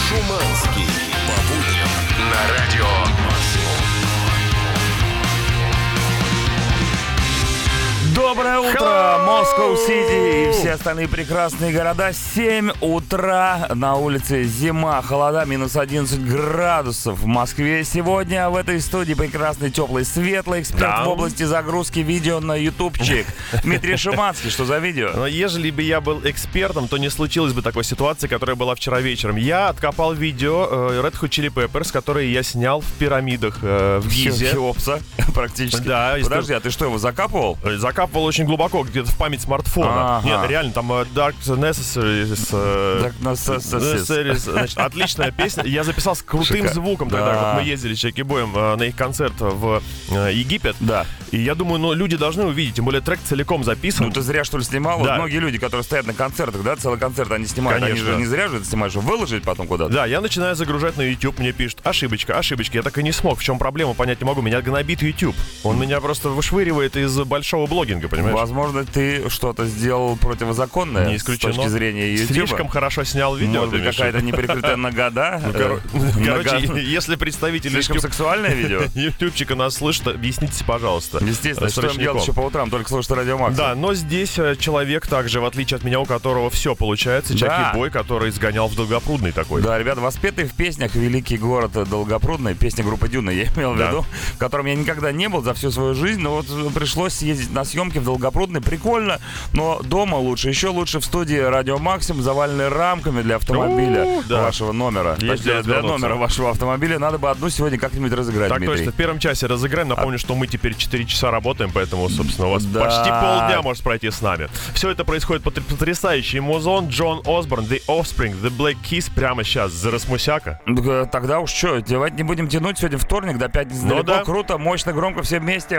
Шуманский. По будням на радио Максимум. Доброе утро, Москва-Сити и все остальные прекрасные города. 7 утра, на улице зима, холода, минус 11 градусов в Москве. Сегодня в этой студии прекрасный, теплый, светлый эксперт в области загрузки видео на ютубчик. Дмитрий Шуманский, что за видео? Но ежели бы я был экспертом, то не случилось бы такой ситуации, которая была вчера вечером. Я откопал видео Red Hot Chili Peppers, которые я снял в пирамидах в Гизе. Хеопса, практически. Да. Подожди, а ты что, его закапывал? Закапывал очень глубоко, где-то в память смартфона. Ага. Нет, реально, там Dark Necessaries. Значит, отличная песня. Я записал с крутым звуком тогда, Да. как мы ездили с Чаки-боем на их концерт в Египет. Да. И я думаю, люди должны увидеть, тем более трек целиком записан. Ну ты зря, что ли, снимал? Да. Вот многие люди, которые стоят на концертах, да, целый концерт они снимают. Конечно. Они же не зря же это снимают, чтобы выложить потом куда-то. Да, я начинаю загружать на YouTube, мне пишут: ошибочка. Я так и не смог. В чем проблема, понять не могу. Меня гнобит YouTube. Он меня просто вышвыривает из большого блогинга, понимаешь? Возможно, ты что-то сделал противозаконное Не исключено. с точки зрения YouTube. Слишком хорошо снял видео. Может быть, какая-то неприкрытая нагода. Короче, если представители Слишком сексуальное видео? ютубчика нас слышат, объясните, пожалуйста. Естественно, что им делать еще по утрам, только слушать Радио Макс. Да, но здесь человек также, в отличие от меня, у которого все получается, Да. Чаки-бой, который сгонял в Долгопрудный такой. Да, ребята, воспетый в песнях великий город Долгопрудный, песня группы Дюна, я имел в виду, в котором я никогда не был за всю свою жизнь, но вот пришлось съездить на съемки в Долгопрудный, прикольно, но дома лучше, еще лучше в студии Радио Максим, заваленной рамками для автомобиля вашего номера. Есть Для развернуться. номера вашего автомобиля надо бы одну сегодня как-нибудь разыграть, Так Дмитрий. точно, в первом часе разыграем. Напомню, что мы теперь 4 часа работаем, поэтому, собственно, у вас Да. почти полдня может пройти с нами. Все это происходит под потрясающий музон. Джон Осборн, The Offspring, The Black Keys прямо сейчас. За Расмусяка. Тогда уж что, давайте не будем тянуть. Сегодня вторник, до пятницы Ну далеко, да. круто, мощно, громко, все вместе.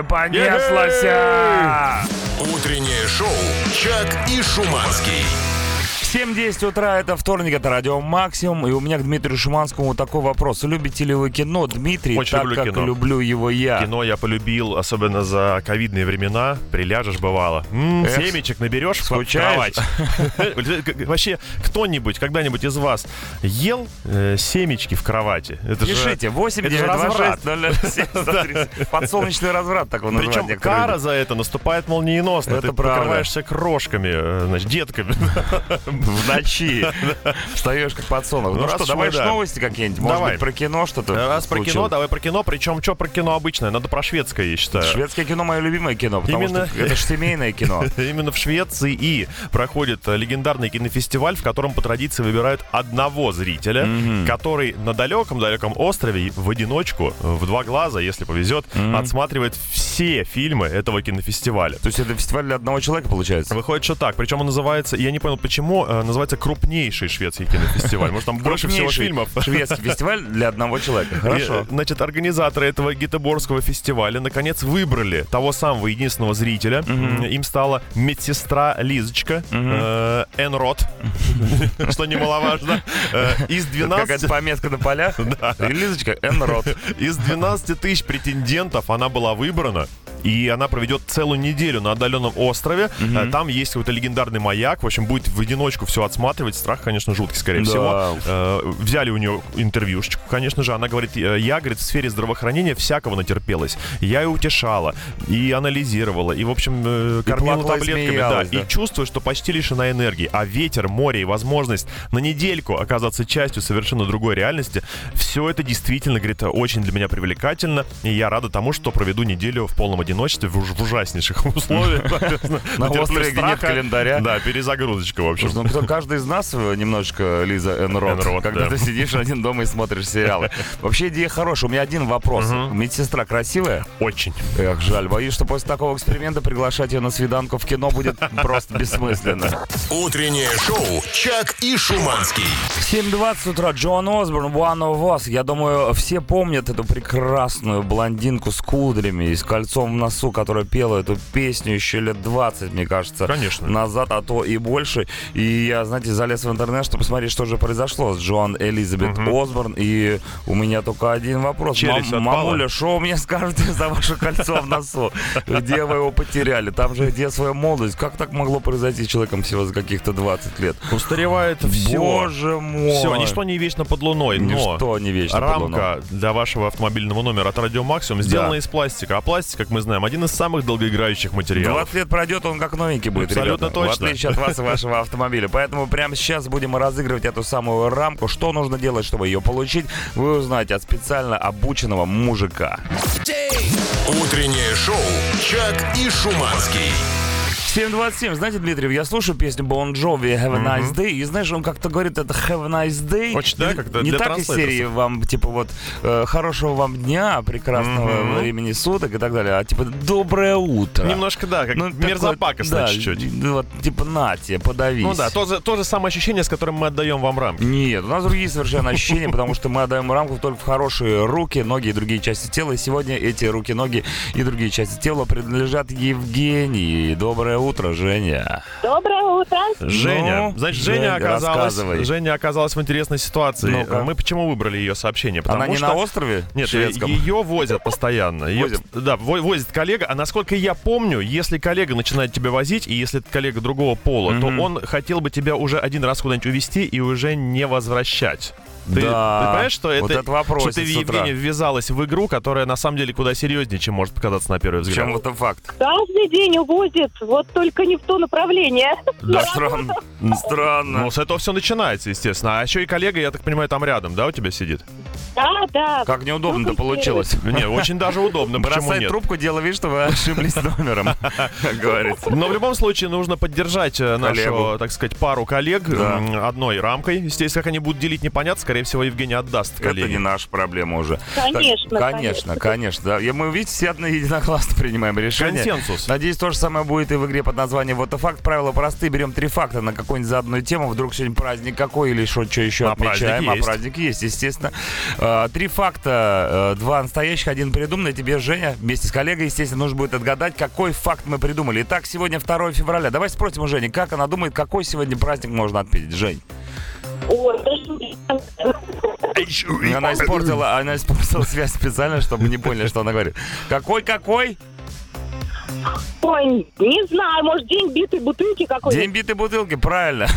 Понеслась! Утреннее шоу «Чак и Шуманский». 7:10 утра, это вторник, это Радио Максимум. И у меня к Дмитрию Шуманскому такой вопрос. Любите ли вы кино, Дмитрий, Очень так люблю как кино. люблю его я? Кино я полюбил, особенно за ковидные времена. Приляжешь, бывало. Семечек наберешь в скучаешь? кровать. Вообще, кто-нибудь, когда-нибудь из вас ел семечки в кровати? Это Пишите, же 8-9-2-6-0-7-130. Подсолнечный разврат, так его называют Причем некоторые кара люди. за это наступает молниеносно. Это Ты правда. покрываешься крошками, значит, детками. В ночи. Встаешь как подсолнух. Ну Ну, что, раз давай уж мы, да. новости какие-нибудь. Может Давай. быть, про кино что-то Раз про кино, случилось? давай про кино. Причем, что про кино обычное? Надо про шведское, я считаю. Шведское кино мое любимое кино, потому Именно. что это же семейное кино. Именно в Швеции и проходит легендарный кинофестиваль, в котором по традиции выбирают одного зрителя, который на далеком-далеком острове в одиночку, в два глаза, если повезет, отсматривает все фильмы этого кинофестиваля. То есть это фестиваль для одного человека, получается? Выходит, что так. Причем он называется, я не понял почему, называется крупнейший шведский кинофестиваль. Может, там больше всего Крупнейший фильмов. шведский фестиваль для одного человека. Хорошо. И, значит, организаторы этого гетеборгского фестиваля наконец выбрали того самого единственного зрителя. Им стала медсестра Лизочка Энрот, что немаловажно. Из Какая-то 12... пометка на полях. Лизочка Энрот. Из 12 тысяч претендентов она была выбрана. И она проведет целую неделю на отдаленном острове. Там есть какой-то легендарный маяк. В общем, будет в одиночку все отсматривать. Страх, конечно, жуткий, скорее всего. Взяли у нее интервьюшечку, конечно же. Она говорит, я, говорит, в сфере здравоохранения всякого натерпелась. Я и утешала, и анализировала, и, в общем, кормила плакала, и таблетками. смеялась, И чувствую, что почти лишена энергии. А ветер, море и возможность на недельку оказаться частью совершенно другой реальности, все это действительно, говорит, очень для меня привлекательно. И я рада тому, что проведу неделю в полном одиночестве, в ужаснейших условиях. На острове, где нет календаря. Да, перезагрузочка, в общем. Слушай, ну каждый из нас немножечко Лиза Энрот, когда ты сидишь один дома и смотришь сериалы. Вообще идея хорошая. У меня один вопрос. Медсестра красивая? Очень. Эх, жаль. Боюсь, что после такого эксперимента приглашать ее на свиданку в кино будет просто бессмысленно. Утреннее шоу «Чак и Шуманский». 7:20 утра. Джон Осборн, One of Us. Я думаю, все помнят эту прекрасную блондинку с кудрями и с кольцом в кольцом в носу, которая пела эту песню еще лет 20, мне кажется, Конечно. назад, а то и больше. И я, знаете, залез в интернет, чтобы посмотреть, что же произошло с Джоан Элизабет Осборн. И у меня только один вопрос. Челюсть отпала. Мамуля, что вы мне скажете за ваше кольцо в носу? Где вы его потеряли? Там же где своя молодость? Как так могло произойти с человеком всего за каких-то 20 лет? Устаревает все. Боже мой. Все, ничто не вечно под луной, но Ничто не вечно под луной. рамка для вашего автомобильного номера от Радио Максимум сделана из пластика. А пластик, как мы знаем, один из самых долгоиграющих материалов. 20 лет пройдет, он как новенький будет, Абсолютно ребята. точно. В отличие от вас и вашего автомобиля. Поэтому прямо сейчас будем разыгрывать эту самую рамку. Что нужно делать, чтобы ее получить, вы узнаете от специально обученного мужика. Утреннее шоу «Чак и Шуманский». 7:27. Знаете, Дмитриев, я слушаю песню Bon Jovi «Have a nice day», и знаешь, он как-то говорит, это «Have a nice day». Очень, да, как-то не для так из транслейтеров. серии вам, типа, вот, хорошего вам дня, прекрасного времени суток и так далее, а типа «Доброе утро». Немножко, да, как мерзопакостно да, чуть-чуть. Вот, типа, на тебе, подавись. Ну да, то же самое ощущение, с которым мы отдаем вам рамки. Нет, у нас другие совершенно ощущения, потому что мы отдаем рамку только в хорошие руки, ноги и другие части тела. И сегодня эти руки, ноги и другие части тела принадлежат Евгении. Доброе утро, Женя. Доброе утро. Женя, Ну, значит, Жень, Женя рассказывай. оказалась в интересной ситуации. Ну-ка. Мы почему выбрали ее сообщение? Потому Она не что... на острове Нет, шведском? ее возят постоянно. Возят? Да, возит коллега. А насколько я помню, если коллега начинает тебя возить, и если это коллега другого пола, то он хотел бы тебя уже один раз куда-нибудь увезти и уже не возвращать. Ты понимаешь, что вот это этот вопросик что ты, с утра. Евгения, ввязалась в игру, которая на самом деле куда серьезнее, чем может показаться на первый В взгляд. чем вот этот факт? Каждый день увозит, вот только не в то направление. Да, странно. Странно. Ну, с этого все начинается, естественно. А еще и коллега, я так понимаю, там рядом, да, у тебя сидит? Да. Как неудобно-то Ну, получилось. Не, очень даже удобно, почему Бросать нет? трубку, делай вид, что вы ошиблись номером, как говорится. Но в любом случае нужно поддержать нашу, Коллегу. так сказать, пару коллег Да. одной рамкой. Естественно, как они будут делить, непонятно. Скорее всего, Евгений отдаст Это коллеге. не наша проблема уже. Конечно, Конечно. Да. И мы, видите, все единогласно принимаем решение. Консенсус. Надеюсь, то же самое будет и в игре под названием «Вот и факт». Правила простые. Берем 3 факта на какую-нибудь заданную тему. Вдруг сегодня праздник какой или что еще А отмечаем. праздник есть. Праздник есть, естественно. 3 факта, 2 настоящих, 1 придуманный. Тебе, Женя, вместе с коллегой, естественно, нужно будет отгадать, какой факт мы придумали. Итак, сегодня 2 февраля. Давай спросим у Жени, как она думает, какой сегодня праздник можно отметить. Жень. Ой, Она испортила связь специально, чтобы не поняли, что она говорит. Какой? ой, не знаю, может, день битой бутылки какой-то. День битой бутылки, правильно.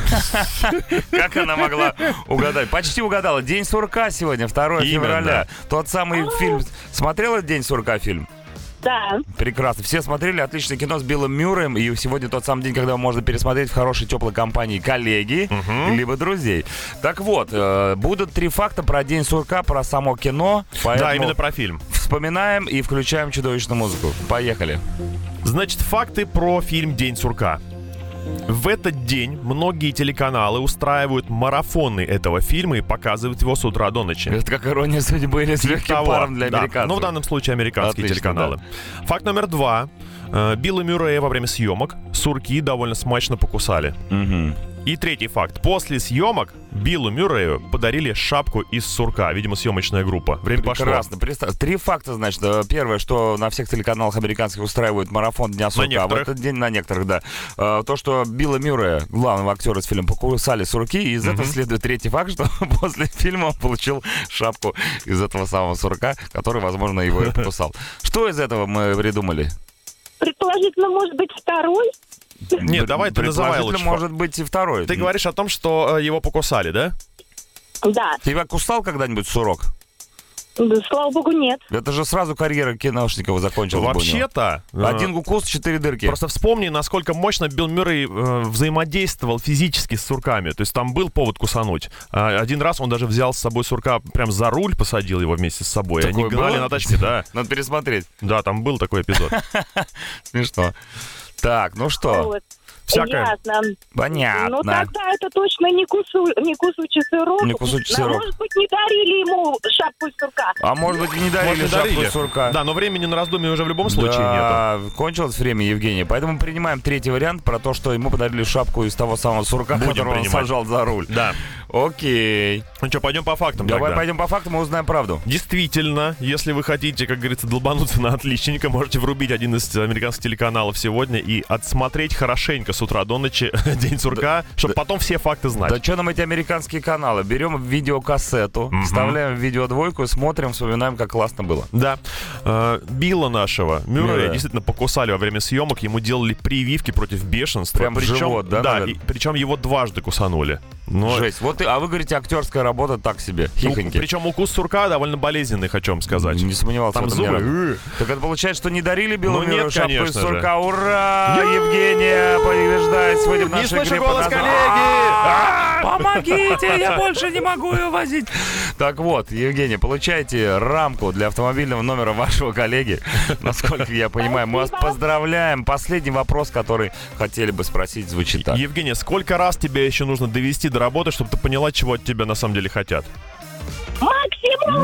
Как она могла угадать? Почти угадала. День сурка сегодня, 2 Именно. февраля. Тот самый фильм. Смотрела «День сурка» фильм? Да. Прекрасно. Все смотрели отличное кино с Биллом Мюрреем. И сегодня тот самый день, когда можно пересмотреть в хорошей, теплой компании коллеги, либо друзей. Так вот, будут 3 факта про День сурка, про само кино. Да, Поэтому именно про фильм. вспоминаем и включаем чудовищную музыку. Поехали. Значит, факты про фильм «День сурка». В этот день многие телеканалы устраивают марафоны этого фильма и показывают его с утра до ночи. Это как ирония судьбы или с легким Того. паром для Да. американцев. Ну, в данном случае американские Отлично, телеканалы. Факт номер 2. Билла Мюррея во время съемок сурки довольно смачно покусали. Мгм. И 3-й факт. После съемок Биллу Мюррею подарили шапку из сурка. Видимо, съемочная группа. Время пошло. Прекрасно. 3 факта, значит. Первое, что на всех телеканалах американских устраивают марафон Дня сурка. В некоторых. этот день на некоторых, да. То, что Билла Мюррея, главного актера из фильма, покусали сурки, и из этого следует 3-й факт, что после фильма он получил шапку из этого самого сурка, который, возможно, его и покусал. Что из этого мы придумали? Предположительно, может быть, второй? Нет, давай ты называй Предположительно, лучше. может быть и второй. Ты говоришь о том, что его покусали, да? Да. Тебя кусал когда-нибудь сурок? Слава богу, нет. Это же сразу карьера киношников закончилась. бы у него. Вообще-то... Один укус, 4 дырки. Просто вспомни, насколько мощно Билл Мюррей взаимодействовал физически с сурками. То есть там был повод кусануть. Один раз он даже взял с собой сурка, прям за руль посадил его вместе с собой. Такое Они гнали было? на тачке, да. Надо пересмотреть. Да, там был такой эпизод. Смешно. Так, ну что? Вот. Всякое. Ясно. Понятно. Ну, тогда это точно не кусучий сырок. Не кусучий А сырок. может быть, не дарили ему шапку из сурка. А может быть, и не дарили Может, шапку дарили. сурка. Да, но времени на раздумье уже в любом случае нету. Да, кончилось время, Евгений. Поэтому принимаем 3-й вариант про то, что ему подарили шапку из того самого сурка, Будем которого он принимать. сажал за руль. Да. Окей. Ну что, пойдем по фактам Давай тогда. пойдем по фактам и узнаем правду. Действительно, если вы хотите, как говорится, долбануться на отличника, можете врубить один из американских телеканалов сегодня и отсмотреть хорошенько с утра до ночи День сурка, чтобы потом все факты знать. Да что нам эти американские каналы? Берем видеокассету, вставляем в видеодвойку, смотрим, вспоминаем, как классно было. Да. Билла нашего, Мюррея, Мюррея. действительно покусали во время съемок, ему делали прививки против бешенства. Прям в живот, да, Да, наверное? причем его дважды кусанули. Но... Жесть. Вот, а вы говорите, актерская работа так себе. Хихоньки. Причем укус сурка довольно болезненный, хочу вам сказать. Не сомневался Там в этом ни разу. зубы. Так это получается, что не дарили Биллу Ну, Мюррею нет, шапку из конечно же. сурка. Ура! Евгения побеждает сегодня в Не нашей слышу игре. голос под названием- коллеги! Помогите, я больше не могу ее возить. Так вот, Евгения, получайте рамку для автомобильного номера вашего коллеги. Насколько я понимаю, мы вас поздравляем. Последний вопрос, который хотели бы спросить, звучит так. Евгения, сколько раз тебе еще нужно довести до работы, чтобы ты поняла, чего от тебя на самом деле хотят? Максимум!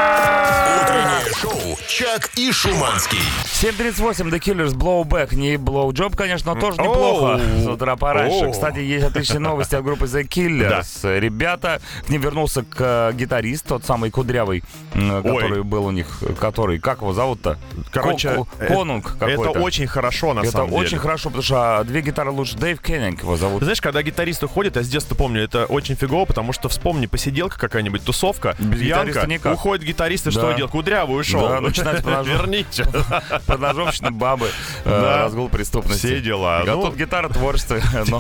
Утреннее шоу «Чак и Шуманский». 7:38, The Killers, Blowback. Не Blowjob, конечно, но тоже неплохо. С утра пораньше. Кстати, есть отличные новости от группы The Killers. Ребята, к ним вернулся гитарист, тот самый кудрявый, который был у них. Который, как его зовут-то? Короче, Конунг какой-то. это очень хорошо, на самом деле. Это очень хорошо, потому что две гитары лучше. Дэйв Кеннинг его зовут. Ты знаешь, когда гитарист уходит, я с детства помню, это очень фигово, потому что вспомни, посиделка какая-нибудь, тусовка, Без гитариста пьянка, никак. уходит гитарист, и что Да. делает? Кудрявый ушел. Да, начинать поножовщина. Верните. Поножовщина, бабы, Да. разгул преступности. Все дела. А Ну, тут гитара, творчество,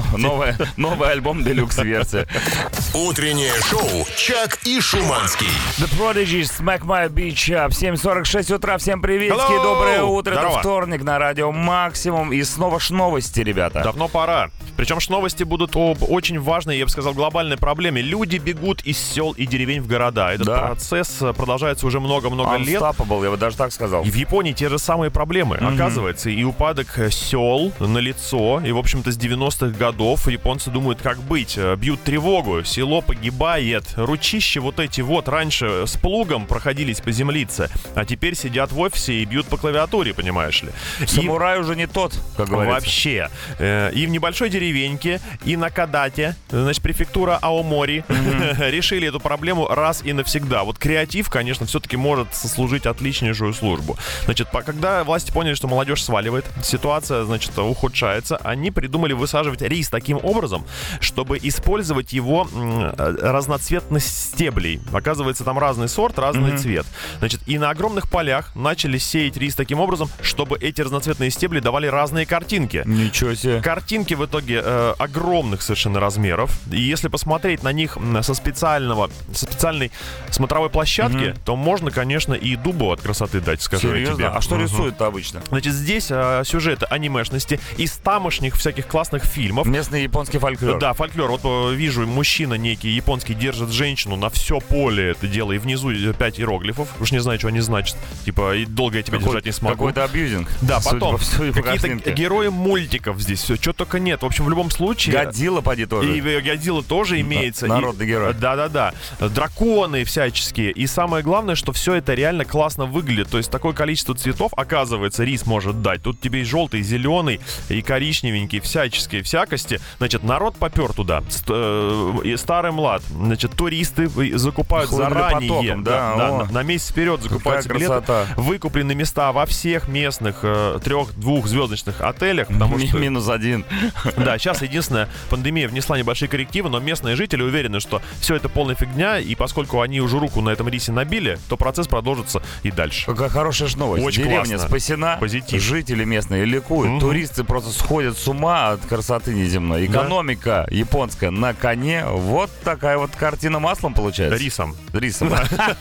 новый альбом, делюкс-версия. Утреннее шоу «Чак и Шуманский». The Prodigy, Smack My Beach Up. 7:46 утра. Всем приветики, Hello! доброе утро. Здорово. Это вторник на радио Максимум. И снова новости, ребята. Давно пора. Причем новости будут об очень важной, я бы сказал, глобальной проблеме. Люди бегут из сел и деревень в города. Этот Да. процесс продолжается уже много-много лет. Unstoppable, я бы даже так сказал. И в Японии те же самые проблемы, оказывается. И упадок сел налицо. И, в общем-то, с 90-х годов японцы думают, как быть. Бьют тревогу, село погибает. Ручища вот эти вот раньше с плугом проходились по землице, а теперь сидят в офисе и бьют по клавиатуре, понимаешь ли. И Самурай уже не тот, как говорится. вообще. И в небольшой деревеньке, и на Кадате, значит, префектура Аомори, решили эту проблему раз и навсегда. Вот креатив, конечно, все-таки может сослужить отличнейшую службу. Значит, когда власти поняли, что молодежь сваливает, ситуация, значит, ухудшается, они придумали высаживать рис таким образом, чтобы использовать его разноцветность стеблей. Оказывается, там разный сорт, разный цвет. Значит, и на огромных полях начали сеять рис таким образом, чтобы эти разноцветные стебли давали разные картинки. Ничего себе. Картинки в итоге огромных совершенно размеров. И если посмотреть на них со специальной смотровой площадки, то можно, конечно, и дубу от красоты дать, скажу я Серьезно? тебе. А что Мгм. рисуют-то обычно? Значит, здесь сюжеты анимешности из тамошних всяких классных фильмов. Местный японский фольклор. Да, фольклор. Вот вижу, мужчина некий японский держит женщину на все поле это дело, и внизу 5 иероглифов. Уж не знаю, что они значат. Типа, и долго я тебя держать не смогу. Какой-то абьюзинг. Да, Судя потом судя по какие-то картинке. герои мультиков здесь, все, что только нет. В общем, в любом случае... Годзилла, поди тоже. И Годзилла тоже имеется. народный герой. Да-да-да. Драконы всяческие. И самое главное, что все это реально классно выглядит. То есть такое количество цветов, оказывается, рис может дать. Тут тебе и желтый, и зеленый, и коричневенький, всяческие всякости. Значит, народ попер туда. И старый млад. Значит, туристы закупают Хлынули заранее. потоком, да, о. на месяц вперед закупаются Какая билеты. красота. Выкуплены места во всех местных 3-2-звездочных отелях. Потому что -1. да, сейчас единственная пандемия внесла небольшие коррективы, но местные жители уверены, что все это полная фигня, и поскольку они уже руку на этом рисе набили, то процесс продолжится и дальше. Какая хорошая ж новость. Очень Деревня классно. спасена. Позитив. Жители местные ликуют. Туристы просто сходят с ума от красоты неземной. Экономика японская на коне. Вот такая вот картина маслом получается. Рисом. Рисом.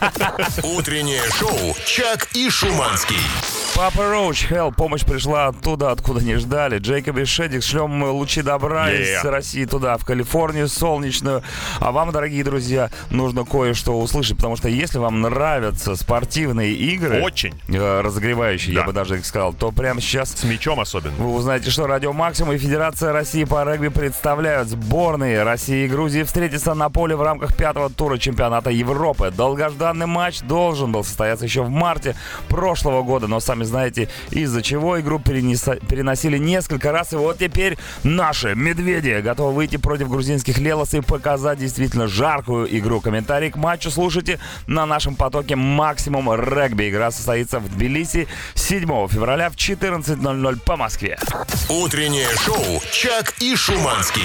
Утреннее шоу «Чак и Шуманский». Папа Роуч, Hell, помощь пришла оттуда, откуда не ждали. Джейкоб и Шедик, шлем лучи добра из России туда, в Калифорнию солнечную. А вам, дорогие друзья, нужно кое-что услышать, потому что если вам нравятся спортивные игры, Очень. разогревающие, Да. я бы даже их сказал, то прямо сейчас С мячом особенно. вы узнаете, что Радио Максимум и Федерация России по регби представляют сборные России и Грузии встретиться на поле в рамках 5-го тура чемпионата Европы. Долгожданный матч должен был состояться еще в марте прошлого года, но сами знаете, из-за чего игру переносили несколько раз. И вот теперь наши медведи готовы выйти против грузинских Лелос и показать действительно жаркую игру. Комментарий к матчу слушайте на нашем потоке «Максимум регби». Игра состоится в Тбилиси 7 февраля в 14:00 по Москве. Утреннее шоу «Чак и Шуманский».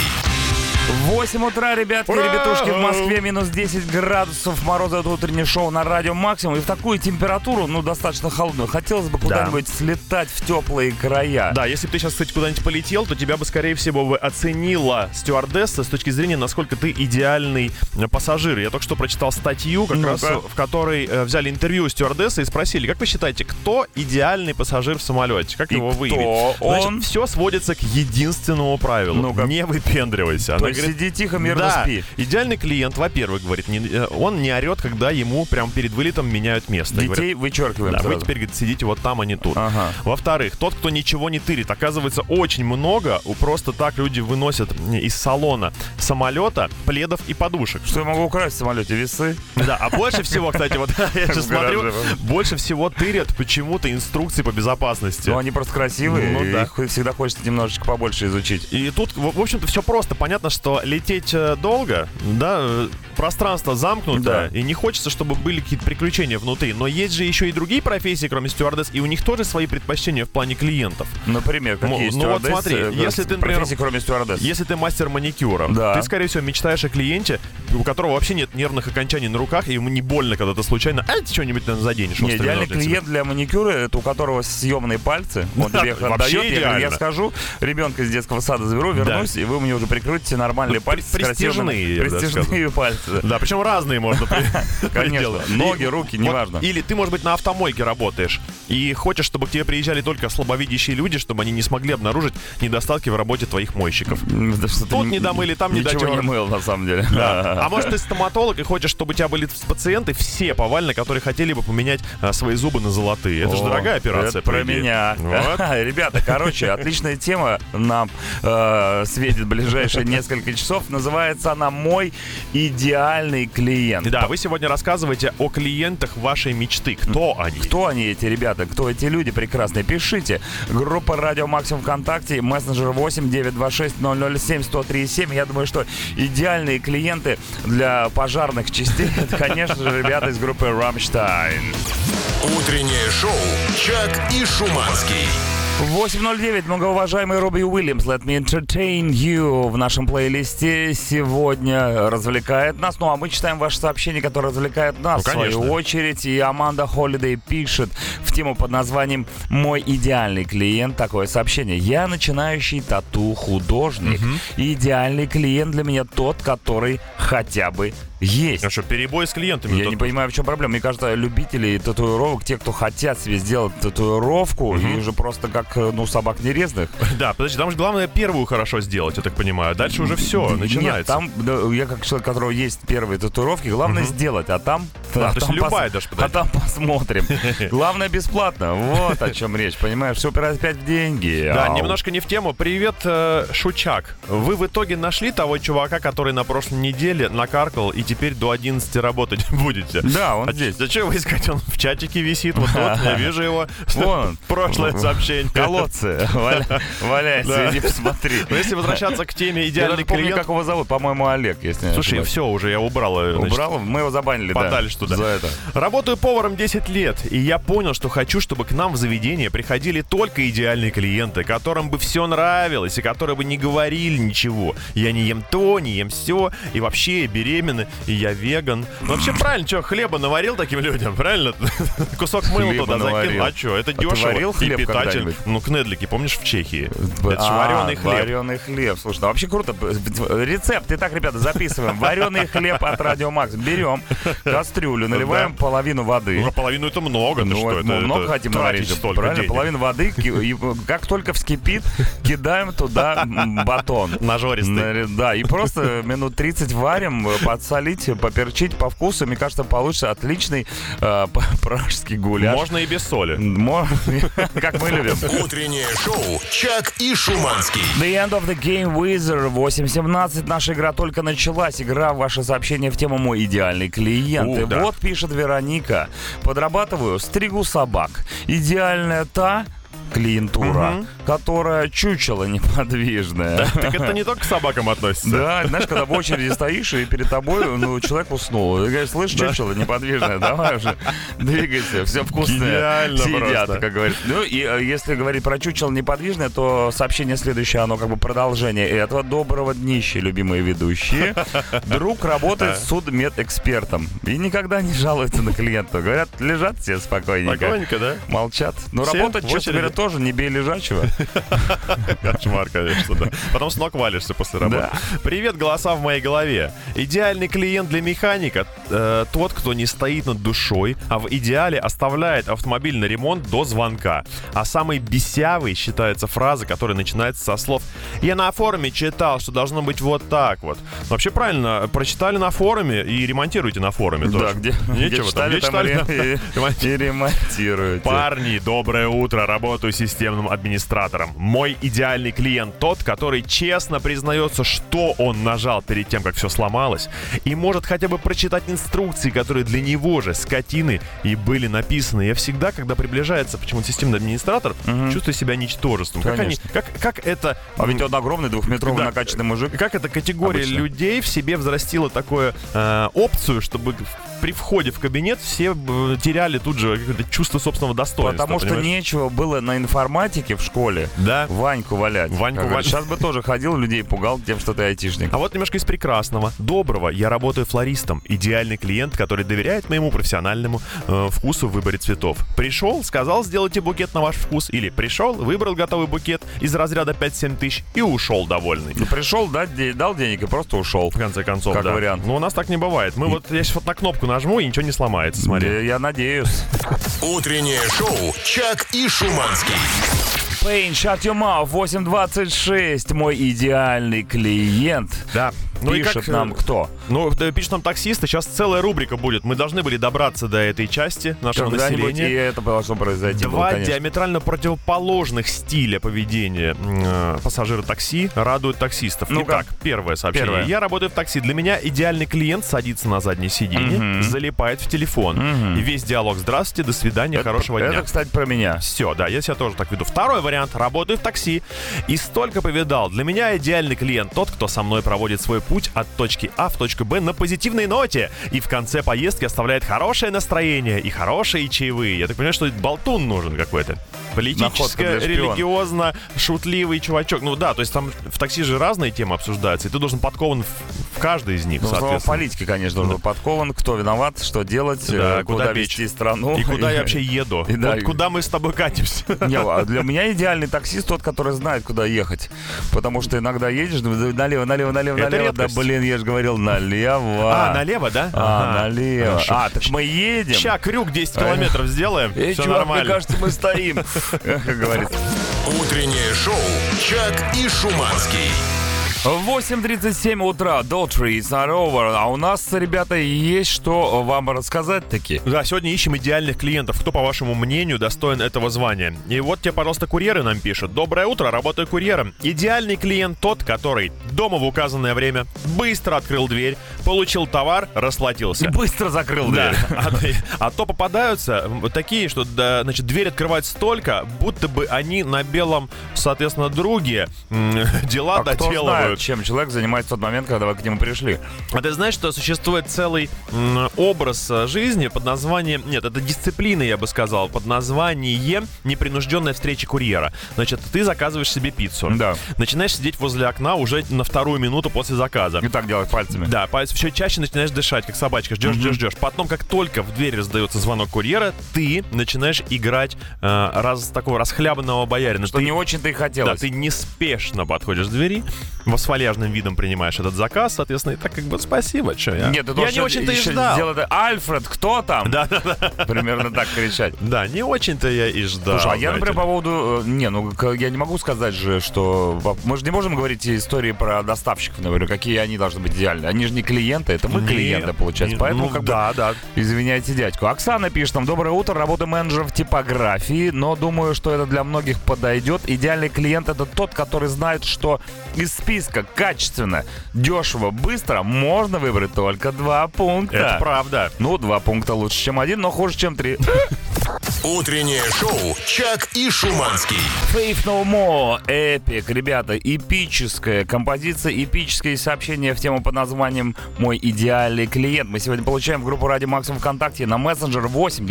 8 утра, ребятки и ребятушки, в Москве минус 10 градусов мороза. Это утреннее шоу на радио «Максимум». И в такую температуру, достаточно холодную, хотелось бы куда-нибудь слетать в теплые края. Да, если бы ты сейчас, кстати, куда-нибудь полетел, то тебя бы, скорее всего, оценила стюардесса с точки зрения, насколько ты идеальный пассажир. Я только что прочитал статью, как раз в которой взяли интервью у стюардессы и спросили, как вы считаете, кто идеальный пассажир в самолете? Как его выявить? Значит, все сводится к единственному правилу. Не выпендривайся. То есть сиди тихо, мирно спи. Идеальный клиент, во-первых, говорит, он не орет, когда ему прямо перед вылетом меняют место. Детей вычеркиваем. Да, вы теперь, говорит, сидите вот там, а не тут. Ага. Во-вторых, тот, кто ничего не тырит. Оказывается, очень много просто так люди выносят из салона самолета пледов и подушек. Что я могу украсть в самолете? Весы? Да, а больше всего, кстати, вот я сейчас смотрю, больше всего тырят почему-то инструкции по безопасности. Ну, они просто красивые, их всегда хочется немножечко побольше изучить. И тут, в общем-то, все просто. Понятно, что лететь долго, да, пространство замкнуто, и не хочется, чтобы были какие-то приключения внутри. Но есть же еще и другие профессии, кроме стюардесс, и у них тоже свои предпочтения в плане клиентов. Например, какие стюардессы? Вот смотри, если ты, например, профессии, кроме стюардесс. Если ты мастер маникюра, ты, скорее всего, мечтаешь о клиенте, у которого вообще нет нервных окончаний на руках, и ему не больно, когда ты случайно что-нибудь заденешь. Не, идеальный клиент для маникюра, это у которого съемные пальцы, он тебе их отдает. Я скажу, ребенка из детского сада заберу, вернусь, и вы мне уже прикрутите нормальные пальцы. Престижные пальцы. Да, причем разные можно. Конечно, ноги, руки, неважно. Или ты, может быть, на автомойке работаешь и хочешь, чтобы к тебе приезжали только слабовидящие люди, чтобы они не смогли обнаружить недостатки в работе твоих мойщиков. Тут не домыли, там не дотер. Ничего не мыл, на самом деле. А может, ты стоматолог и хочешь, чтобы у тебя были пациенты все повально, которые хотели бы поменять свои зубы на золотые. Это же дорогая операция. Это про меня. Ребята, короче, отличная тема нам светит ближайшие несколько часов. Называется она «Мой идеальный клиент». Да, вы сегодня рассказываете о клиентах вашей мечты. Кто они? Кто они, эти ребята? Кто эти люди прекрасные? Пишите. Группа «Радио Максимум» ВКонтакте, мессенджер 8-926-007-1037. Я думаю, что идеальные клиенты для пожарных частей — это, конечно же, ребята из группы «Рамштайн». Утреннее шоу «Чак и Шуманский». 8:09, многоуважаемый Робби Уильямс, «Let me entertain you» в нашем плейлисте сегодня развлекает нас. Ну, а мы читаем ваши сообщения, которые развлекают нас, в свою очередь. И Аманда Холидей пишет в тему под названием «Мой идеальный клиент» такое сообщение. «Я начинающий тату-художник. Идеальный клиент для меня тот, который хотя бы есть». А что, перебой с клиентами? Я не понимаю, в чем проблема. Мне кажется, любители татуировок, те, кто хотят себе сделать татуировку, и уже просто как, собак нерезных. Да, подожди, там же главное первую хорошо сделать, я так понимаю. Дальше уже все, начинается. Нет, там, я как человек, у которого есть первые татуировки, главное сделать, а там... Да, то есть любая даже подойдет. А там посмотрим. Главное бесплатно. Вот о чем речь, понимаешь? Все упирается опять в деньги. Да, немножко не в тему. Привет, Шучак. Вы в итоге нашли того чувака, который на прошлой неделе накаркал и теперь до 11 работать будете? Да, он здесь. Зачем его искать? Он в чатике висит. Вот я вижу его. Вон. Прошлое сообщение. Колодцы. Валяйся, иди посмотри. Но если возвращаться к теме идеальный клиент... Я помню, как его зовут. По-моему, Олег, если не ошибаюсь. Слушай, все, уже я убрал. Убрал? Мы его забанили, да. Подальше туда. За это. Работаю поваром 10 лет, и я понял, что хочу, чтобы к нам в заведение приходили только идеальные клиенты, которым бы все нравилось, и которые бы не говорили ничего. Я не ем то, не ем все, и вообще я беременна, и я веган. Ну, вообще правильно, что, хлеба наварил таким людям, правильно? Кусок мыла туда закинул. А что, это дешево и питательно. Ну, кнедлики, помнишь, в Чехии? Это же вареный хлеб. Вареный хлеб, слушай, ну вообще круто. Рецепт, итак, ребята, записываем. Вареный хлеб от Радио Макс. Берем кастрюлю, наливаем половину воды. Ну, половину это много, ну, что? Мы много хотим наварить, правильно? Денег. Половину воды, и как только вскипит, кидаем туда батон. Нажористый. Да, и просто минут 30 варим, подсолить, поперчить по вкусу. Мне кажется, получится отличный пражский гуляш. Можно и без соли. Как мы любим. Утреннее шоу «Чак и Шуманский». The End of the Game Wizard 8:17. Наша игра только началась. Игра в ваше сообщение в тему «Мой идеальный клиент». И Вот пишет Вероника. Подрабатываю, стригу собак. Идеальная та клиентура, которая чучело неподвижное. Так это не только к собакам относится. Да, знаешь, когда в очереди стоишь, и перед тобой, человек уснул. Ты говоришь, слышь, чучело неподвижное, давай уже двигайся, все вкусное. Гениально сидят, просто. как говорится. Ну, и если говорить про чучело неподвижное, то сообщение следующее, оно как бы продолжение этого. Доброго днища, любимые ведущие. Друг работает судмедэкспертом и никогда не жалуется на клиентов. Говорят, лежат все спокойненько. Спокойненько, да? Молчат. Но Все работать, в честно очереди. говоря, тоже не бей лежачего. Кошмар, конечно, да. Потом с ног валишься после работы. Да. Привет, голоса в моей голове. Идеальный клиент для механика тот, кто не стоит над душой, а в идеале оставляет автомобиль на ремонт до звонка. А самый бесявый считается фраза, которая начинается со слов «Я на форуме читал, что должно быть вот так вот». Вообще правильно, прочитали на форуме и ремонтируйте на форуме тоже. Да, где Нечего там, читали, где там читали, и ремонтируете. Парни, доброе утро, работаю системным администратором. Мой идеальный клиент тот, который честно признается, что он нажал перед тем, как все сломалось, и может хотя бы прочитать инструкции, которые для него же, скотины, и были написаны. Я всегда, когда приближается почему-то системный администратор, чувствую себя ничтожеством. Конечно. Как это... А ведь он огромный, двухметровый Да. накачанный мужик. Как эта категория Обычно. людей в себе взрастила такую опцию, чтобы при входе в кабинет все теряли тут же какое-то чувство собственного достоинства. Потому что понимаешь? нечего было на информатике в школе Да. Ваньку валять. Ваньку Как говорят, валять. Сейчас бы тоже ходил, людей пугал тем, что ты айтишник. А вот немножко из прекрасного. Доброго. Я работаю флористом. Идеальный клиент, который доверяет моему профессиональному вкусу в выборе цветов. Пришел, сказал, сделайте букет на ваш вкус. Или пришел, выбрал готовый букет из разряда 5-7 тысяч и ушел довольный. Ну, пришел, дал денег и просто ушел. В конце концов, Как да. вариант. Но у нас так не бывает. Мы вот, я сейчас вот на кнопку нажму, и ничего не сломается, смотри. Я надеюсь. Утреннее шоу «Чак и Шуманский». Pain, shut your mouth, 8.26. Мой идеальный клиент. Да. Пишет нам кто? Ну, пишет нам таксисты. Сейчас целая рубрика будет. Мы должны были добраться до этой части нашего Когда-нибудь населения. и это должно произойти. Два конечно. диаметрально противоположных стиля поведения пассажира такси радуют таксистов. Ну-ка. Итак, первое сообщение. Первое. Я работаю в такси. Для меня идеальный клиент садится на заднее сиденье, залипает в телефон. И весь диалог «Здравствуйте, до свидания, хорошего дня». Это, кстати, про меня. Все, да, я себя тоже так веду. Второй вариант. Работаю в такси. И столько повидал. Для меня идеальный клиент тот, кто со мной проводит свой путь от точки А в точку Б на позитивной ноте. И в конце поездки оставляет хорошее настроение и хорошие чаевые. Я так понимаю, что болтун нужен какой-то. Находка для шпиона. Религиозно, шутливый чувачок. Ну да, то есть там в такси же разные темы обсуждаются. И ты должен подкован в каждой из них, Ну, в соответственно. политике, конечно, должен быть подкован, кто виноват, что делать, Да, куда куда вести страну. И куда я вообще еду? И да, Вот куда мы с тобой катимся? Не, а для меня идеальный таксист тот, который знает, куда ехать. Потому что иногда едешь, налево, налево, налево, Это налево. Да, редкость. блин, я же говорил, налево. Налево, да? А, Ага, налево. хорошо. Так мы едем. Ща, крюк 10 километров сделаем. Эй, Все чувак, мне нормально. кажется, мы стоим. Как говорится. Утреннее шоу «Чак и Шуманский». 8:37 утра, Daltrey is not over. А у нас, ребята, есть что вам рассказать таки. Да, сегодня ищем идеальных клиентов. Кто, по вашему мнению, достоин этого звания? И вот тебе, пожалуйста, курьеры нам пишут. Доброе утро, работаю курьером. Идеальный клиент тот, который дома в указанное время быстро открыл дверь, получил товар, расплатился. И быстро закрыл Да. дверь. А то попадаются такие, что, да, значит, дверь открывают столько, будто бы они на белом, соответственно, друге дела А кто доделывают. знает, чем человек занимается в тот момент, когда вы к нему пришли. А ты знаешь, что существует целый образ жизни под названием... Нет, это дисциплина, я бы сказал, под названием непринужденная встреча курьера. Значит, ты заказываешь себе пиццу. Да. Начинаешь сидеть возле окна уже на вторую минуту после заказа. И так делать пальцами. Да, все чаще начинаешь дышать, как собачка. Ждешь. Потом, как только в дверь раздается звонок курьера, ты начинаешь играть такого расхлябанного боярина. Что Ты- не очень-то и Да, хотелось. ты неспешно подходишь к двери, с вальяжным видом принимаешь этот заказ, соответственно, и так как бы спасибо, что я. Нет, ты я должен не очень-то и еще ждал. сделать Альфред, кто там? Да. Примерно так кричать. Да, не очень-то я и ждал. Слушай, а я, знаете например, ли. по поводу... я не могу сказать же, что... Мы же не можем говорить истории про доставщиков, например, какие они должны быть идеальны. Они же не клиенты, это мы клиенты, получается. Поэтому, да. извиняйте дядьку. Оксана пишет нам: доброе утро, работаю менеджером в типографии, но думаю, что это для многих подойдет. Идеальный клиент — это тот, который знает, что из списка подписка, качественно, дешево, быстро, можно выбрать только 2 пункта. Это правда. 2 пункта лучше, чем 1, но хуже, чем 3. Утреннее шоу «Чак и Шуманский». Faith No More, эпик, ребята, эпическая композиция, эпические сообщения в тему под названием «Мой идеальный клиент». Мы сегодня получаем в группу Радио Максимум ВКонтакте на мессенджер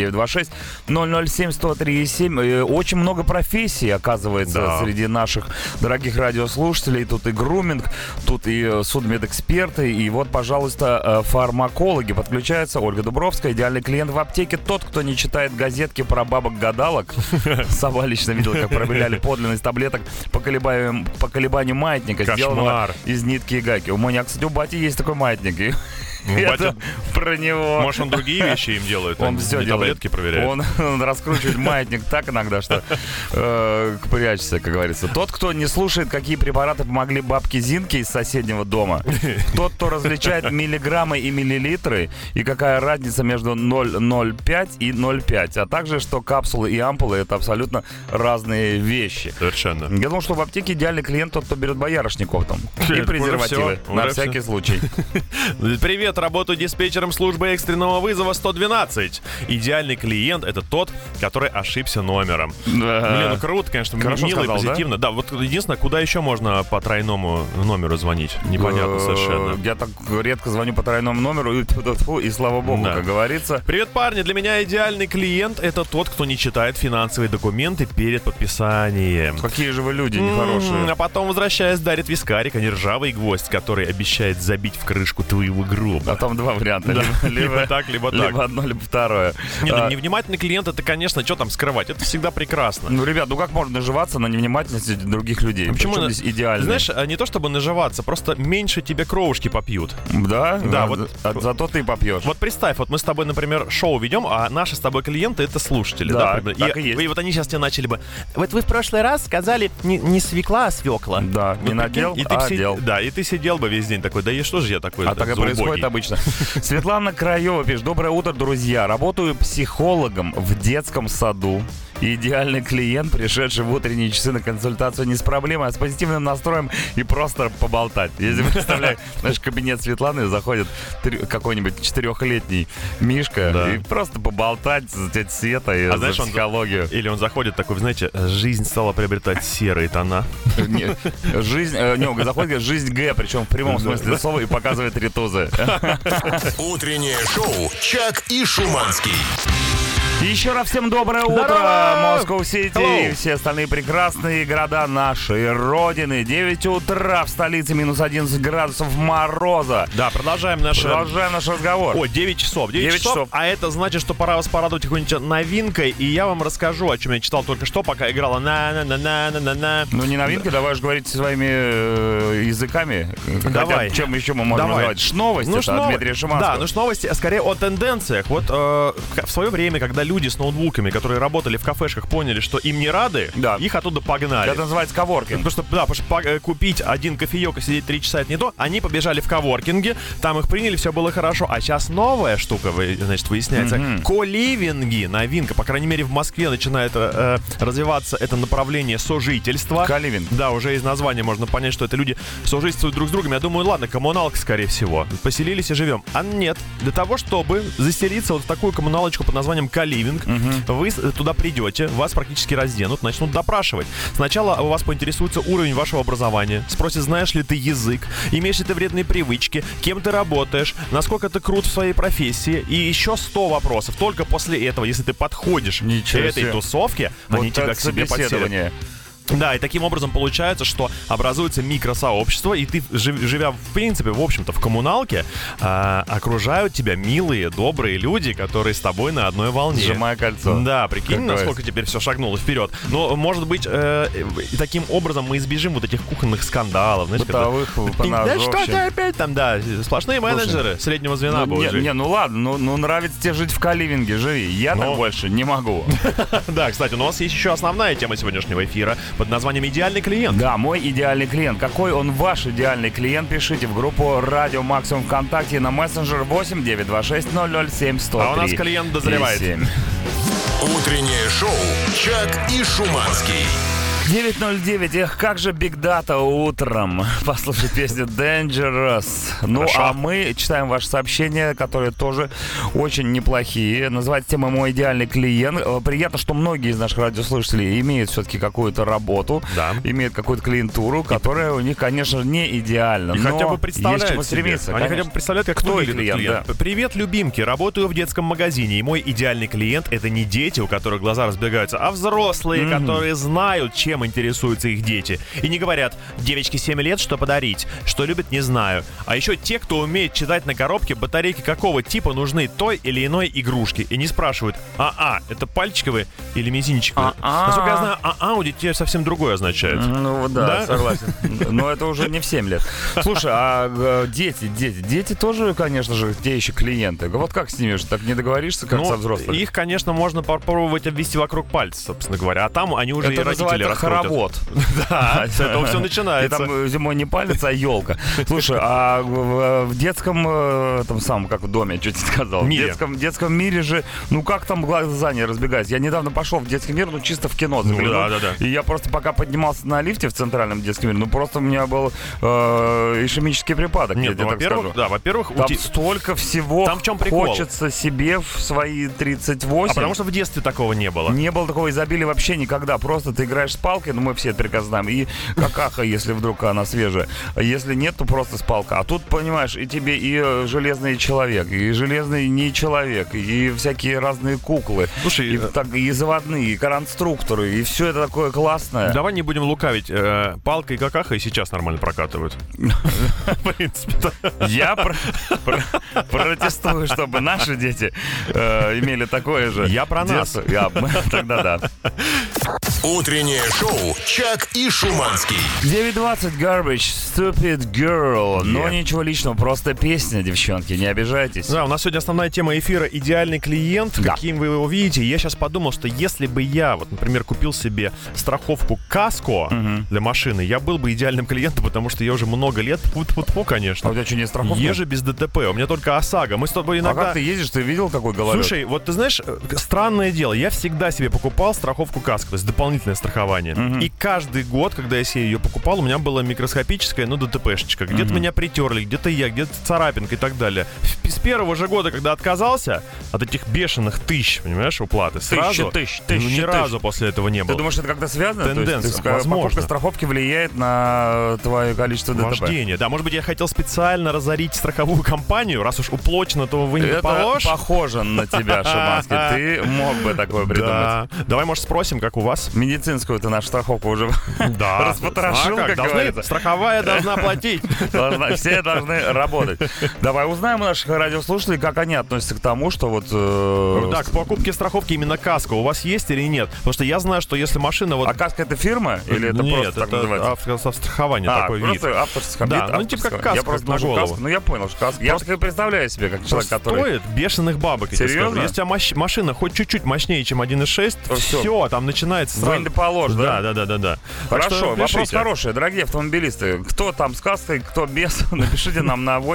8-926-007-103-7. Очень много профессий, оказывается, среди наших дорогих радиослушателей. Тут и груминг, тут и судмедэксперты, и вот, пожалуйста, фармакологи. Подключается Ольга Дубровская, идеальный клиент в аптеке. Тот, кто не читает газетки про бабок-гадалок. Сама лично видела, как проверяли подлинность таблеток по колебанию маятника, сделанного из нитки и гайки. У меня, кстати, у бати есть такой маятник. И это про него. Может, он другие вещи им делает? Он все делает. Таблетки проверяет. Он раскручивает маятник так иногда, что прячься, как говорится. Тот, кто не слушает, какие препараты помогли бабке Зинке из соседнего дома. Тот, кто различает миллиграммы и миллилитры, и какая разница между 0,05 и 0,5. А также, что капсулы и ампулы — это абсолютно разные вещи. Совершенно. Я думал, что в аптеке идеальный клиент тот, кто берет боярышников там. И презервативы. На всякий случай. Привет, работаю диспетчером службы экстренного вызова 112. Идеальный клиент — это тот, который ошибся номером. Блин, круто, конечно, хорошо мило сказал, и позитивно. Да, вот единственное, куда еще можно по тройному номеру звонить? Непонятно совершенно. Я так редко звоню по тройному номеру, и слава богу, как говорится. Привет, парни, для меня идеальный клиент — это тот, кто не читает финансовые документы перед подписанием. Какие же вы люди нехорошие. А потом, возвращаясь, дарит вискарик, а не ржавый гвоздь, который обещает забить в крышку твоего гроба. А там 2 варианта. Да, либо так, либо так. Либо одно, либо второе. Нет, невнимательный клиент — это, конечно, что там скрывать? Это всегда прекрасно. Ребят, как можно наживаться на невнимательности других людей? Почему здесь идеально? Знаешь, не то чтобы наживаться, просто меньше тебе кровушки попьют. Да? Да, вот. Зато ты попьешь. Вот представь, вот мы с тобой, например, шоу ведем, а наши с тобой клиенты — это слушатели. Да, например. так и есть. И вот они сейчас тебе начали бы: вот вы в прошлый раз сказали не свекла, а свекла. Да, не надел, а одел. Да, и ты сидел бы весь день такой: да и что же я такой? А так и происходит обычно. Светлана Краева пишет: доброе утро, друзья. Работаю психологом в детском саду. Идеальный клиент, пришедший в утренние часы на консультацию не с проблемой, а с позитивным настроем и просто поболтать. Если представляешь, наш кабинет Светланы, заходит какой-нибудь 4-летний Мишка и просто поболтать за тетя Света и за психологию. Или он заходит такой: знаете, жизнь стала приобретать серые тона. Заходит жизнь Г, причем в прямом смысле слова, и показывает ритузы. Утреннее шоу «Чак и Шуманский». Еще раз всем доброе утро, Москва-Сити и все остальные прекрасные города нашей Родины. 9 утра в столице, минус 11 градусов мороза. Да, продолжаем наш разговор. 9 часов. 9 часов. А это значит, что пора вас порадовать какой-нибудь новинкой. И я вам расскажу, о чем я читал только что, пока играла на-на-на-на-на-на. Ну, не новинка, давай же говорить своими языками. Давай. Хотя, чем еще мы можем называть? Новости от Дмитрия Шуманского. Да, новости скорее о тенденциях. Вот в свое время, когда люди с ноутбуками, которые работали в кафешках, поняли, что им не рады, их оттуда погнали. Это называется коворкинг. Потому что купить один кофеек и сидеть 3 часа — это не то. Они побежали в коворкинге, там их приняли, все было хорошо. А сейчас новая штука, значит, выясняется. Коливинги, новинка. По крайней мере, в Москве начинает развиваться это направление сожительства. Коливинг. Да, уже из названия можно понять, что это люди сожительствуют друг с другом. Я думаю, ладно, коммуналка, скорее всего. Поселились и живем. А нет. Для того, чтобы заселиться вот в такую коммуналочку под названием Коливинг, вы туда придете, вас практически разденут, начнут допрашивать. Сначала у вас поинтересуется уровень вашего образования, спросят, знаешь ли ты язык, имеешь ли ты вредные привычки, кем ты работаешь, насколько ты крут в своей профессии, и еще 100 вопросов. Только после этого, если ты подходишь к этой тусовке, вот они тебя к себе подселят. Да, и таким образом получается, что образуется микросообщество, и ты, живя, в принципе, в общем-то, в коммуналке, окружают тебя милые, добрые люди, которые с тобой на одной волне. Сжимая кольцо. Да, прикинь, насколько теперь все шагнуло вперед. Но, может быть, таким образом мы избежим вот этих кухонных скандалов. Знаешь, бытовых поножовщин. Да что ты опять там, да, сплошные менеджеры среднего звена. Ну ладно, нравится тебе жить в Коливинге, живи. Я так больше не могу. Да, кстати, у нас есть еще основная тема сегодняшнего эфира под названием «Идеальный клиент». Да, мой идеальный клиент. Какой он ваш идеальный клиент? Пишите в группу Радио Максимум ВКонтакте на мессенджер 8-926-007-103. А у нас клиент дозревает. Утреннее шоу «Чак и Шуманский». 9:09. Эх, как же Big Data утром. Послушай песню Dangerous. Ну, Хорошо. а мы читаем ваши сообщения, которые тоже очень неплохие. Называется тема «Мой идеальный клиент». Приятно, что многие из наших радиослушателей имеют все-таки какую-то работу, Да. имеют какую-то клиентуру, которая у них, конечно, не идеальна. И но хотя бы есть представляют чему себе. стремиться. Они конечно. хотя бы представляют, как Кто выглядит их клиент, да. Привет, любимки. Работаю в детском магазине, и мой идеальный клиент — это не дети, у которых глаза разбегаются, а взрослые, которые знают, чем интересуются их дети. И не говорят: девочке 7 лет, что подарить, что любит, не знаю. А еще те, кто умеет читать на коробке, батарейки какого типа нужны той или иной игрушки. И не спрашивают: это пальчиковые или мизинчиковые? Насколько я знаю, у детей совсем другое означает. Ну да, Да? согласен. Но это уже не в 7 лет. Слушай, дети тоже, конечно же, те еще клиенты. Вот как с ними же так не договоришься, как со взрослыми? Их, конечно, можно попробовать обвести вокруг пальца, собственно говоря. А там они уже Это и родители называется раскрутят. хоровод. Да, с этого все И начинается. там зимой не палец, а елка. Слушай, а в детском этом самом, как в доме, чуть не сказал. Мире. В детском мире же, ну как там глаза не разбегаются? Я недавно пошел в детский мир, чисто в кино заглянул. да. И я просто пока поднимался на лифте в центральном детском мире, просто у меня был ишемический припадок. Нет, я тебе так скажу. во-первых, Там столько всего Там в чем прикол? хочется себе в свои 38. потому что в детстве такого не было. Не было такого изобилия вообще никогда. Просто ты играешь с палкой, мы все это прекрасно знаем, и какаха, если вдруг она свежая. А если нет, то просто с палкой. А тут, понимаешь, и тебе и железный человек, и железный не человек, и всякие разные куклы. Слушай, И заводные, и конструкторы, и все это такое классное. давай не будем лукавить. Палка и какаха и сейчас нормально прокатывают. В принципе, да. Я протестую, чтобы наши дети имели такое же. Я про нас. детство. Тогда да. Утреннее шоу «Чак и Шуманский». 9:20, Garbage, Stupid Girl. Но Yeah. ничего личного, просто песня, девчонки, не обижайтесь. Да, у нас сегодня основная тема эфира — идеальный клиент, Да. каким вы его видите. И я сейчас подумал, что если бы я, например, купил себе страховку КАСКО для машины, я был бы идеальным клиентом, потому что я уже много лет, А конечно, у тебя что, не страховка? езжу без ДТП. У меня только ОСАГО. Мы с тобой А иногда... как ты ездишь? Ты видел, какой гололед? Слушай, вот ты знаешь, странное дело, я всегда себе покупал страховку КАСКО, то есть дополнительное страхование. И каждый год, когда я себе ее покупал, у меня была микроскопическая, ДТПшечка. Где-то меня притерли, где-то где-то царапинка и так далее. С первого же года, когда отказался от этих бешеных тысяч, понимаешь, уплаты, сразу ни разу после этого не Ты было. думаешь, это как-то связано? Тенденция, То есть, возможно. покупка страховки влияет на твое количество ДТП? Вождение. Да, может быть, я хотел специально разорить страховую компанию, раз уж уплочено, то вы не Это положь. похоже на тебя, Шуманский. Ты мог бы такое придумать. Да. Давай, может, спросим, как у вас? Медицинскую ты нашу страховку уже Да. распотрошил, как говорится. Страховая должна платить. Все должны работать. Давай узнаем у наших радиослушателей, как они относятся к тому, что вот... Да, к покупке страховки именно КАСКО у вас есть или нет? Потому что я знаю, что если машина вот... А КАСКО это фирма? Или это Нет, просто так это называется? автострахование, такой вид. просто авторская. Да, вид ну, типа как авторского. каска Я просто на думал, голову. каска. Ну, я понял, что каска. Я Просто- так и представляю себе, как человек, который... Стоит бешеных бабок, я тебе Серьезно? скажу. Если у тебя машина хоть чуть-чуть мощнее, чем 1.6, То всё. все, там начинается сразу. Вынь да положь, да? Да. Хорошо, вопрос пишите. хороший. Дорогие автомобилисты, кто там с каской, кто без, напишите нам на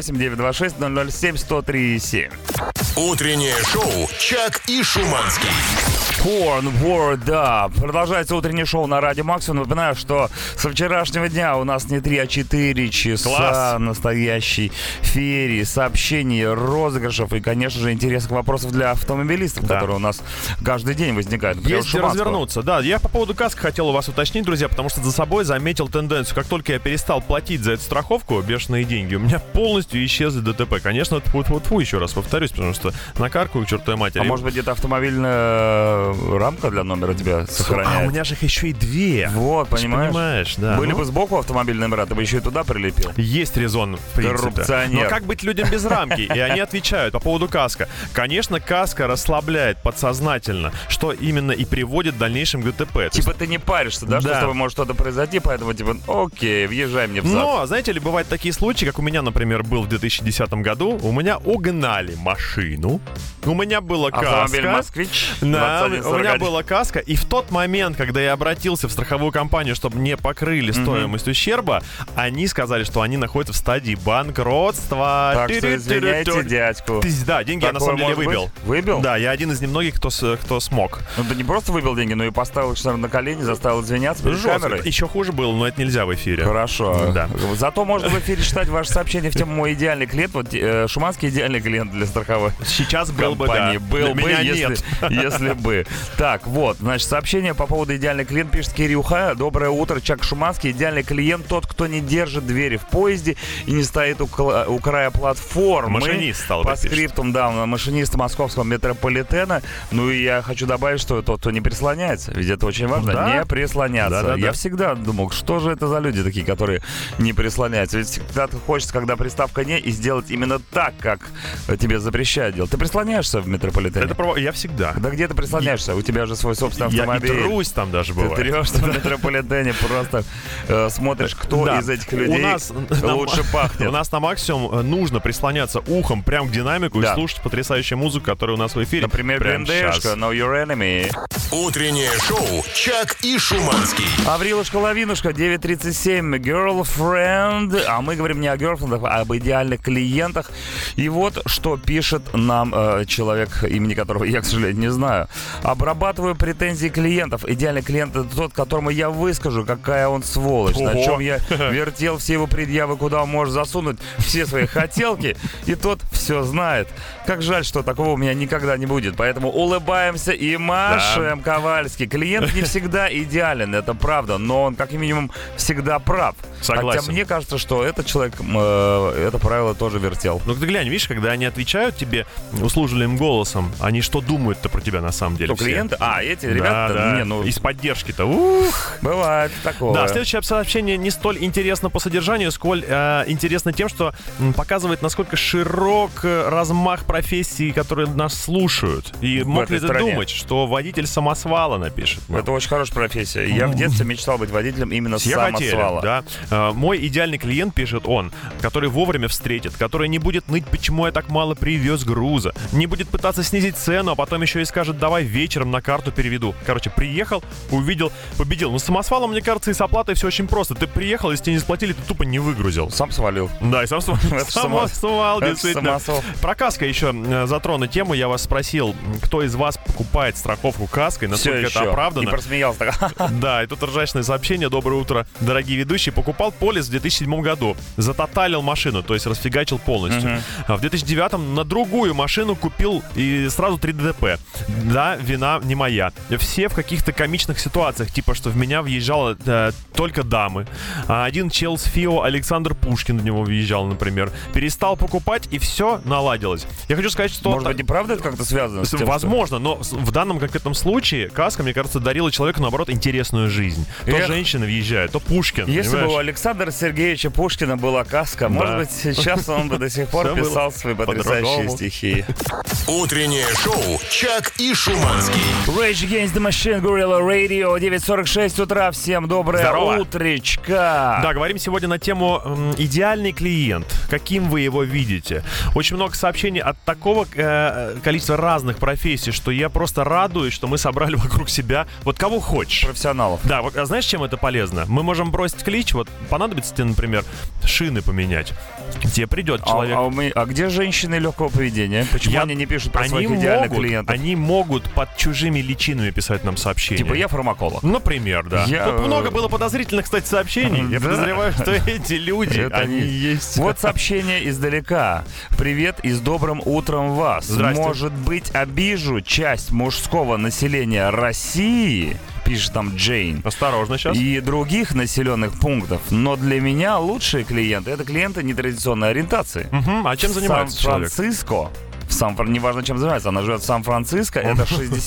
8-926-007-103-7. Утреннее шоу «Чак и Шуманский». Porn Word Up. Продолжается утреннее шоу на Радио Максимум. Напоминаю, что со вчерашнего дня у нас не 3, а 4 часа Класс. настоящей феерии, сообщений, розыгрышев и, конечно же, интересных вопросов для автомобилистов, Да. которые у нас каждый день возникают. Например, Есть где Шуманского. развернуться. Да, я по поводу КАСКО хотел у вас уточнить, друзья, потому что за собой заметил тенденцию. Как только я перестал платить за эту страховку бешеные деньги, у меня полностью исчезли ДТП. Конечно, тьфу-тьфу-тьфу, еще раз повторюсь, потому что накаркаю к чертовой матери. А может быть, это автомобильная рамка для номера тебя А сохраняет? у меня же их еще и две. Вот, Ты ж понимаешь? понимаешь, да. Были Ну, бы сбоку автомобильные номера, ты бы еще и туда прилепил. Есть резон, в принципе. Коррупционер. Но как быть людям без рамки? И они отвечают по поводу КАСКО. Конечно, КАСКО расслабляет подсознательно, что именно и приводит в дальнейшем к ДТП. То есть- Типа ты не паришься, да, что Да. с тобой может что-то произойти, поэтому типа, окей, въезжай мне в зад. Но, знаете ли, бывают такие случаи, как у меня, например, был в 2010 году. У меня угнали машину. У меня было Автомобиль КАСКО. «Москвич» Да, 21 у меня была каска, и в тот момент, когда я обратился в страховую компанию, чтобы мне покрыли стоимость ущерба, они сказали, что они находятся в стадии банкротства. Так что извиняйте дядьку. Да, деньги я на самом деле выбил. Выбил? Да, я один из немногих, кто смог. Ну ты не просто выбил деньги, но и поставил их на колени, заставил извиняться перед камерой. Еще хуже было, но это нельзя в эфире. Хорошо. Да. Зато можно в эфире читать ваши сообщения в тему «Мой идеальный клиент». Вот Шуманский идеальный клиент для страховой сейчас был компании. бы, да. Был бы, меня нет. если бы. Так, вот, значит, сообщение по поводу идеальный клиент пишет Кирюха. Доброе утро, Чак Шуманский. Идеальный клиент тот, кто не держит двери в поезде и не стоит у края платформы. Машинист стал по скриптам, да, машинист московского метрополитена. Ну и я хочу добавить, что тот, кто не прислоняется. Ведь это очень важно, да? не прислоняться. Да. Я всегда думал, что же это за люди такие, которые не прислоняются. Ведь всегда хочется, когда приставка «не», и сделать именно так, как тебе запрещают делать. Ты прислоняешься в метрополитене? Я всегда. Да где ты прислоняешься? У тебя же свой собственный автомобиль. Я и трусь там даже бывает. Ты трешься в метрополитене, просто смотришь, кто из этих людей лучше пахнет. У нас на максимум нужно прислоняться ухом прямо к динамику и слушать потрясающую музыку, которая у нас в эфире. Например, Гриндэшка, Know Your Enemy. Утреннее шоу «Чак и Шуманский». Аврилушка-лавинушка, 9:37, Girlfriend. А мы говорим не о girlfriendах, а об идеальных клиентах. И вот что пишет нам человек, имени которого я, к сожалению, не знаю. Обрабатываю претензии клиентов. Идеальный клиент — это тот, которому я выскажу, какая он сволочь, на чем я вертел все его предъявы, куда он может засунуть все свои хотелки, и тот все знает. Как жаль, что такого у меня никогда не будет. Поэтому улыбаемся и машем, Ковальский. Клиент не всегда идеален, это правда, но он как минимум всегда прав. Согласен. Хотя мне кажется, что этот человек это правило тоже вертел. Ну ты глянь, видишь, когда они отвечают тебе услужливым голосом, они что думают-то про тебя на самом деле? Клиенты? Эти ребята? Да. Не, ну... Из поддержки-то. Бывает такое. Да, следующее сообщение не столь интересно по содержанию, сколь интересно тем, что показывает, насколько широк размах профессий, которые нас слушают. И мог ли ты думать, что водитель самосвала напишет? Это очень хорошая профессия. Я в детстве мечтал быть водителем именно самосвала. Да. Мой идеальный клиент, пишет он, который вовремя встретит, который не будет ныть, почему я так мало привез груза, не будет пытаться снизить цену, а потом еще и скажет, давай вечером на карту переведу. Короче, приехал, увидел, победил. Ну, с самосвалом, мне кажется, и с оплатой все очень просто. Ты приехал, если тебе не заплатили, ты тупо не выгрузил. Сам свалил. Да, и сам свалил. Самосвал, действительно. Самосвал. Про каско еще затрону тему. Я вас спросил, кто из вас покупает страховку каской, насколько это оправдано. И просмеялся. Да, и тут ржачное сообщение. Доброе утро, дорогие ведущие. Покупал полис в 2007 году. Затоталил машину, то есть расфигачил полностью. В 2009 на другую машину купил и сразу 3 ДТП. Да, вина не моя. Все в каких-то комичных ситуациях, типа, что в меня въезжало только дамы. Один чел с ФИО, Александр Пушкин в него въезжал, например. Перестал покупать, и все наладилось. Я хочу сказать, что... Может быть, и правда это как-то связано с тем, возможно, но в данном конкретном случае каска, мне кажется, дарила человеку, наоборот, интересную жизнь. То женщина въезжает, то Пушкин. Если понимаешь? бы у Александра Сергеевича Пушкина была каска, может быть, сейчас он бы до сих пор писал свои потрясающие стихи. Утреннее шоу «Чак и Шуманский». Rage Against the Machine, Gorilla Radio, 9:46 утра. Всем доброе утречка. Да, говорим сегодня на тему идеальный клиент. Каким вы его видите? Очень много сообщений от такого количества разных профессий, что я просто радуюсь, что мы собрали вокруг себя вот кого хочешь. Профессионалов. Да, вот, а знаешь, чем это полезно? Мы можем бросить клич, вот понадобится тебе, например, шины поменять. Тебе придет человек. А где женщины легкого поведения? Почему они не пишут про своих идеальных клиентов? Они могут под чужими личинами писать нам сообщения. Типа я фармаколог. Например, да. Тут много было подозрительных, кстати, сообщений. Я подозреваю, что эти люди, они есть. Вот сообщение издалека. Привет и с добрым утром вас. Здрасте. Может быть, обижу часть мужского населения России, пишет там Джейн. Осторожно сейчас. И других населенных пунктов. Но для меня лучшие клиенты — это клиенты нетрадиционной ориентации. А чем занимается человек? Сан-Франциско. Неважно, чем занимается. Она живет в Сан-Франциско. Это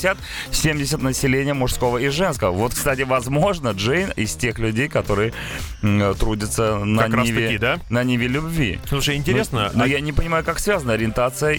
60-70 населения мужского и женского. Вот, кстати, возможно, Джейн из тех людей, которые трудятся на ниве, да? На ниве любви. Слушай, интересно. Но я не понимаю, как связана ориентация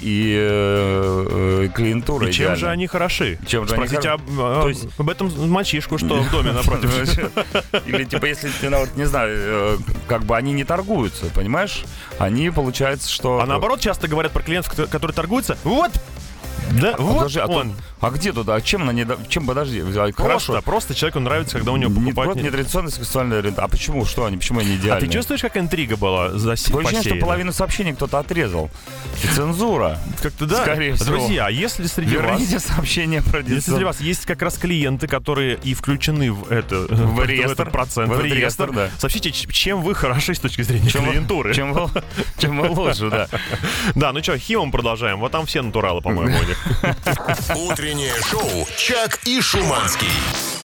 и клиентура. И чем же они хороши? Спросите об этом мальчишку, что в доме напротив. Или типа, если ты, не знаю, как бы они не торгуются, понимаешь? Они, получается, что... А наоборот, часто говорят про клиентов, которые торгуются. Вот! Да, вот Подожди, он. А где тут? А чем она чем, подожди? Хорошо. Просто человеку нравится, когда у него Не покупают... просто нетрадиционная сексуальная ориентация. А почему? Что они? Почему они идеальные? А ты чувствуешь, как интрига была Ощущение, что половину сообщений кто-то отрезал. И цензура. Как-то да. Скорее всего. Друзья, если среди Верните вас... сообщение про Если среди вас есть как раз клиенты, которые и включены в реестр. этот процент, В в этот реестр, реестр, да. сообщите, чем вы хороши с точки зрения клиентуры. Чем вы лучше, да. Да, ну что, Химом продолжаем. Вот там все натуралы, по-моему, у них. Утреннее шоу «Чак и Шуманский».